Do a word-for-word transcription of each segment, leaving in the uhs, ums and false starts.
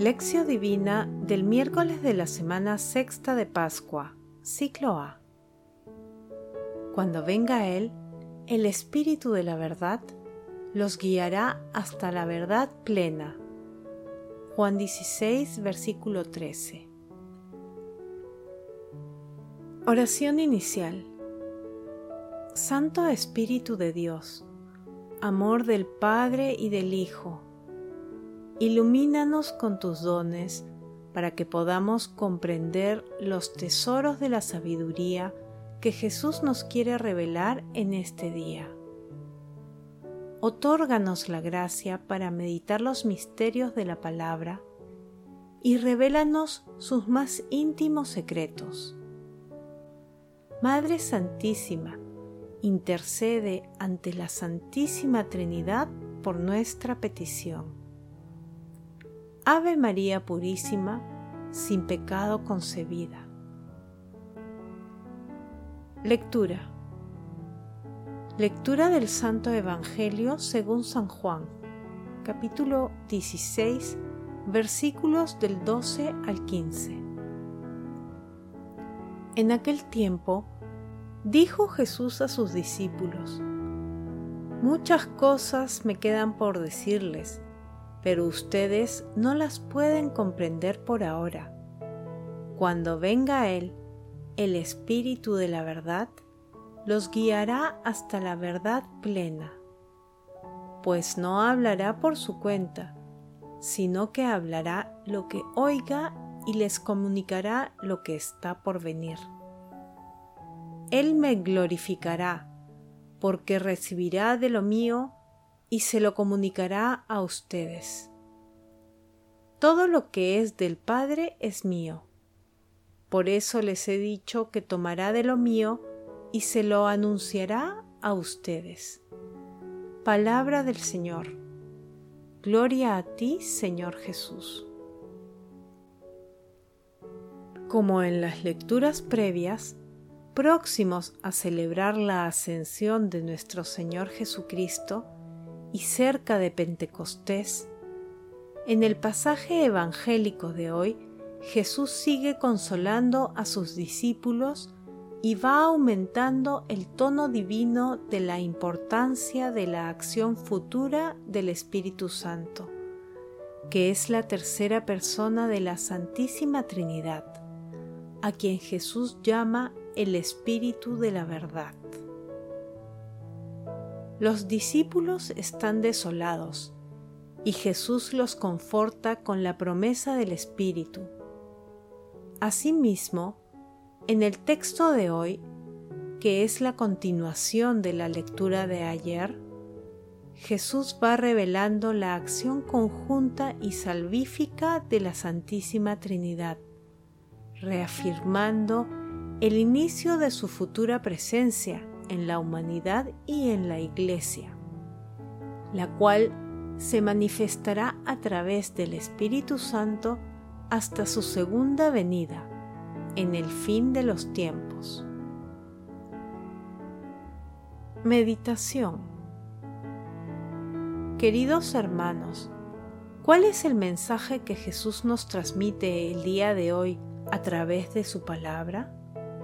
Lección Divina del miércoles de la semana sexta de Pascua, ciclo A. Cuando venga Él, el Espíritu de la verdad, los guiará hasta la verdad plena. Juan dieciséis, versículo trece. Oración inicial. Santo Espíritu de Dios, amor del Padre y del Hijo, ilumínanos con tus dones para que podamos comprender los tesoros de la sabiduría que Jesús nos quiere revelar en este día. Otórganos la gracia para meditar los misterios de la palabra y revélanos sus más íntimos secretos. Madre Santísima, intercede ante la Santísima Trinidad por nuestra petición. Ave María Purísima, sin pecado concebida. Lectura. Lectura del Santo Evangelio según San Juan, capítulo dieciséis, versículos del doce al quince. En aquel tiempo, dijo Jesús a sus discípulos: Muchas cosas me quedan por decirles, pero ustedes no las pueden comprender por ahora. Cuando venga Él, el Espíritu de la verdad, los guiará hasta la verdad plena, pues no hablará por su cuenta, sino que hablará lo que oiga y les comunicará lo que está por venir. Él me glorificará, porque recibirá de lo mío y se lo comunicará a ustedes. Todo lo que es del Padre es mío. Por eso les he dicho que tomará de lo mío y se lo anunciará a ustedes. Palabra del Señor. Gloria a ti, Señor Jesús. Como en las lecturas previas, próximos a celebrar la ascensión de nuestro Señor Jesucristo y cerca de Pentecostés, en el pasaje evangélico de hoy, Jesús sigue consolando a sus discípulos y va aumentando el tono divino de la importancia de la acción futura del Espíritu Santo, que es la tercera persona de la Santísima Trinidad, a quien Jesús llama el Espíritu de la verdad. Los discípulos están desolados y Jesús los conforta con la promesa del Espíritu. Asimismo, en el texto de hoy, que es la continuación de la lectura de ayer, Jesús va revelando la acción conjunta y salvífica de la Santísima Trinidad, reafirmando el inicio de su futura presencia en la humanidad y en la Iglesia, la cual se manifestará a través del Espíritu Santo hasta su segunda venida, en el fin de los tiempos. Meditación. Queridos hermanos, ¿cuál es el mensaje que Jesús nos transmite el día de hoy a través de su palabra?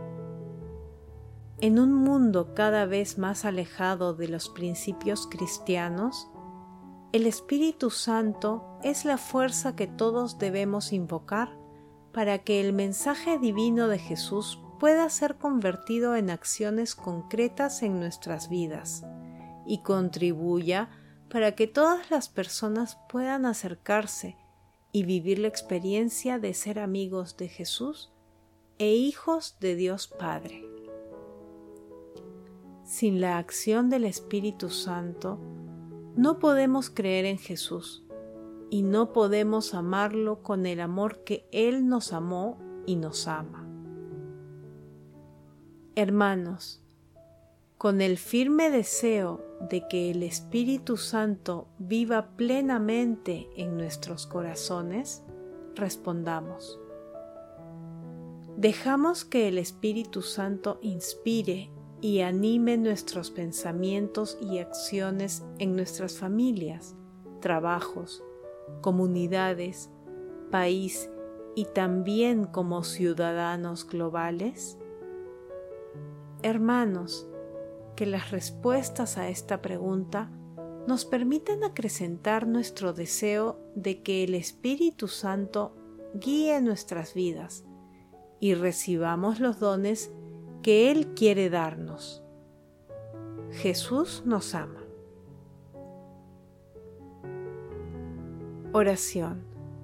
En un mundo cada vez más alejado de los principios cristianos, el Espíritu Santo es la fuerza que todos debemos invocar para que el mensaje divino de Jesús pueda ser convertido en acciones concretas en nuestras vidas y contribuya para que todas las personas puedan acercarse y vivir la experiencia de ser amigos de Jesús e hijos de Dios Padre. Sin la acción del Espíritu Santo, no podemos creer en Jesús y no podemos amarlo con el amor que Él nos amó y nos ama. Hermanos, con el firme deseo de que el Espíritu Santo viva plenamente en nuestros corazones, respondamos: dejamos que el Espíritu Santo inspire y anime nuestros pensamientos y acciones en nuestras familias, trabajos, comunidades, país y también como ciudadanos globales? Hermanos, que las respuestas a esta pregunta nos permitan acrecentar nuestro deseo de que el Espíritu Santo guíe nuestras vidas y recibamos los dones que Él quiere darnos. Jesús nos ama. Oración.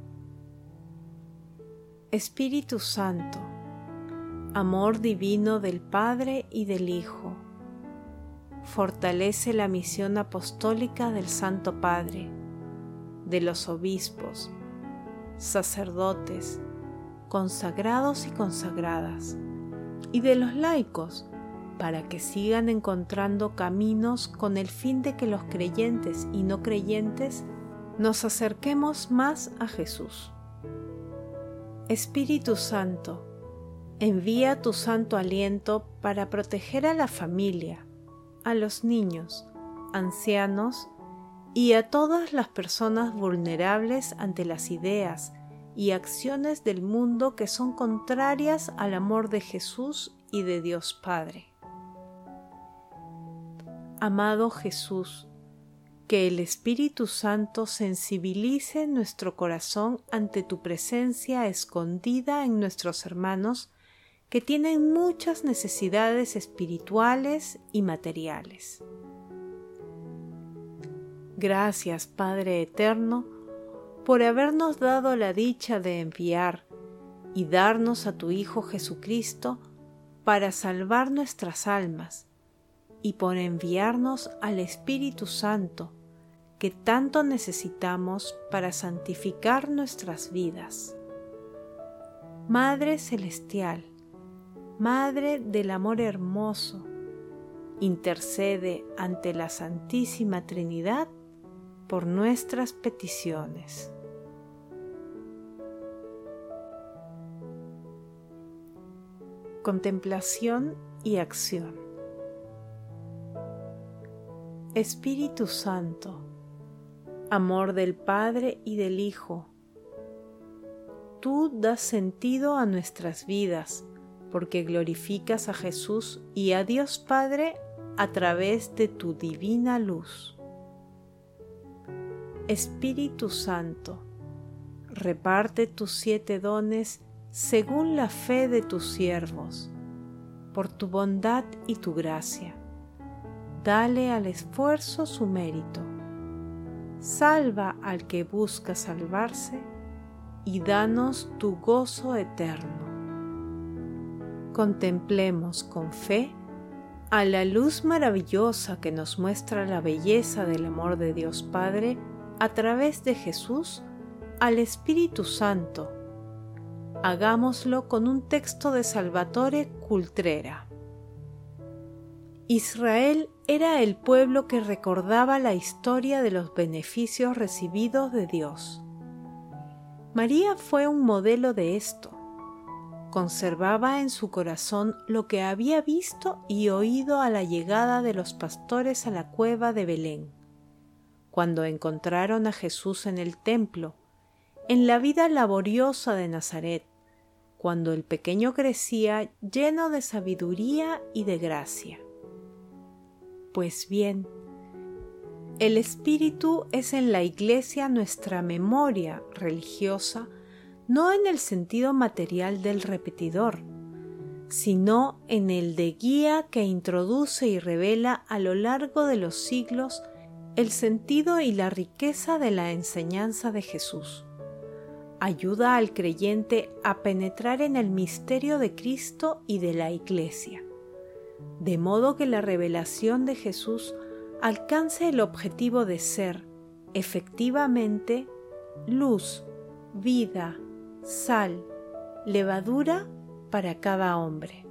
Espíritu Santo, amor divino del Padre y del Hijo, fortalece la misión apostólica del Santo Padre, de los obispos, sacerdotes, consagrados y consagradas, y de los laicos, para que sigan encontrando caminos con el fin de que los creyentes y no creyentes nos acerquemos más a Jesús. Espíritu Santo, envía tu santo aliento para proteger a la familia, a los niños, ancianos y a todas las personas vulnerables ante las ideas y acciones del mundo que son contrarias al amor de Jesús y de Dios Padre. Amado Jesús, que el Espíritu Santo sensibilice nuestro corazón ante tu presencia escondida en nuestros hermanos que tienen muchas necesidades espirituales y materiales. Gracias, Padre Eterno, por habernos dado la dicha de enviar y darnos a tu Hijo Jesucristo para salvar nuestras almas y por enviarnos al Espíritu Santo que tanto necesitamos para santificar nuestras vidas. Madre Celestial, Madre del Amor Hermoso, intercede ante la Santísima Trinidad por nuestras peticiones. Contemplación y acción. Espíritu Santo, amor del Padre y del Hijo, tú das sentido a nuestras vidas porque glorificas a Jesús y a Dios Padre a través de tu divina luz. Espíritu Santo, reparte tus siete dones según la fe de tus siervos, por tu bondad y tu gracia. Dale al esfuerzo su mérito. Salva al que busca salvarse y danos tu gozo eterno. Contemplemos con fe a la luz maravillosa que nos muestra la belleza del amor de Dios Padre a través de Jesús al Espíritu Santo. Hagámoslo con un texto de Salvatore Cultrera. Israel era el pueblo que recordaba la historia de los beneficios recibidos de Dios. María fue un modelo de esto. Conservaba en su corazón lo que había visto y oído a la llegada de los pastores a la cueva de Belén, cuando encontraron a Jesús en el templo, en la vida laboriosa de Nazaret, cuando el pequeño crecía lleno de sabiduría y de gracia. Pues bien, el Espíritu es en la Iglesia nuestra memoria religiosa, no en el sentido material del repetidor, sino en el de guía que introduce y revela a lo largo de los siglos el sentido y la riqueza de la enseñanza de Jesús. Ayuda al creyente a penetrar en el misterio de Cristo y de la Iglesia, de modo que la revelación de Jesús alcance el objetivo de ser, efectivamente, luz, vida, sal, levadura para cada hombre.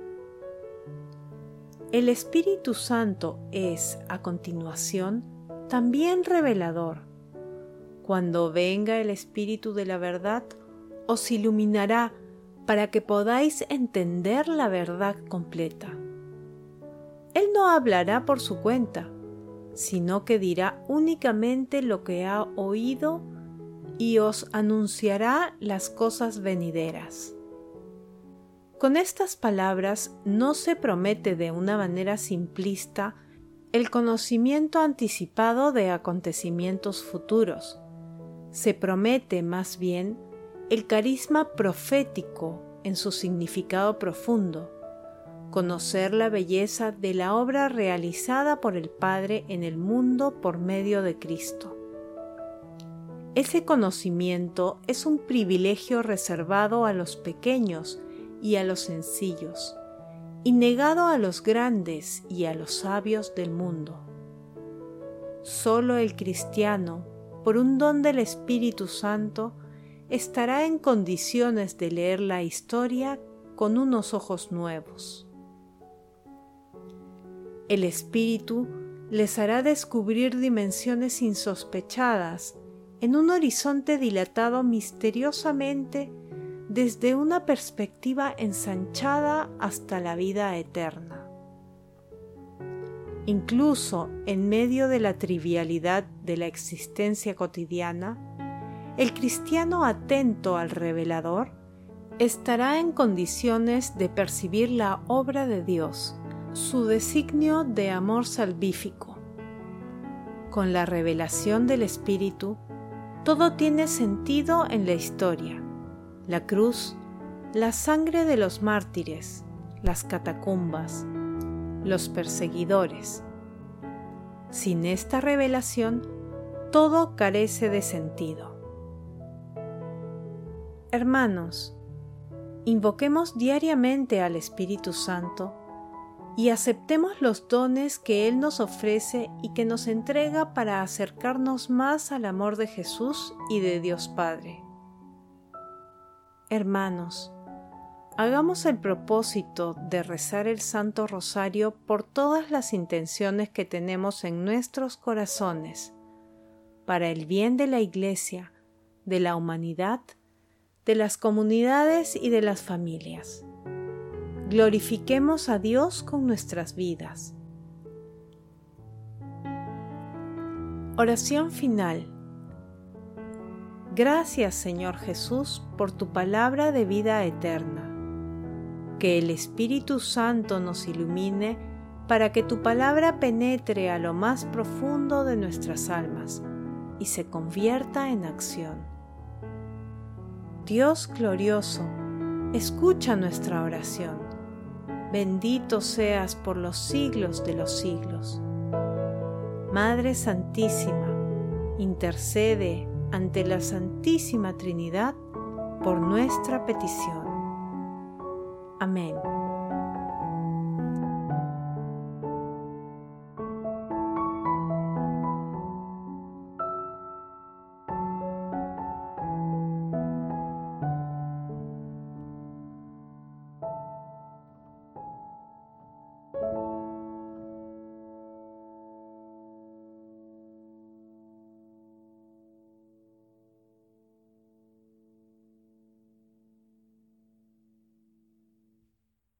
El Espíritu Santo es, a continuación, también revelador. Cuando venga el Espíritu de la verdad, os iluminará para que podáis entender la verdad completa. Él no hablará por su cuenta, sino que dirá únicamente lo que ha oído y os anunciará las cosas venideras. Con estas palabras no se promete de una manera simplista el conocimiento anticipado de acontecimientos futuros. Se promete más bien el carisma profético en su significado profundo, conocer la belleza de la obra realizada por el Padre en el mundo por medio de Cristo. Ese conocimiento es un privilegio reservado a los pequeños y a los sencillos, y negado a los grandes y a los sabios del mundo. Solo el cristiano, por un don del Espíritu Santo, estará en condiciones de leer la historia con unos ojos nuevos. El Espíritu les hará descubrir dimensiones insospechadas en un horizonte dilatado misteriosamente desde una perspectiva ensanchada hasta la vida eterna. Incluso en medio de la trivialidad de la existencia cotidiana, el cristiano atento al revelador estará en condiciones de percibir la obra de Dios, su designio de amor salvífico. Con la revelación del Espíritu, todo tiene sentido en la historia: la cruz, la sangre de los mártires, las catacumbas, los perseguidores. Sin esta revelación, todo carece de sentido. Hermanos, invoquemos diariamente al Espíritu Santo y aceptemos los dones que Él nos ofrece y que nos entrega para acercarnos más al amor de Jesús y de Dios Padre. Hermanos, hagamos el propósito de rezar el Santo Rosario por todas las intenciones que tenemos en nuestros corazones, para el bien de la Iglesia, de la humanidad, de las comunidades y de las familias. Glorifiquemos a Dios con nuestras vidas. Oración final. Gracias, Señor Jesús, por tu palabra de vida eterna. Que el Espíritu Santo nos ilumine para que tu palabra penetre a lo más profundo de nuestras almas y se convierta en acción. Dios glorioso, escucha nuestra oración. Bendito seas por los siglos de los siglos. Madre Santísima, intercede ante la Santísima Trinidad por nuestra petición. Amén.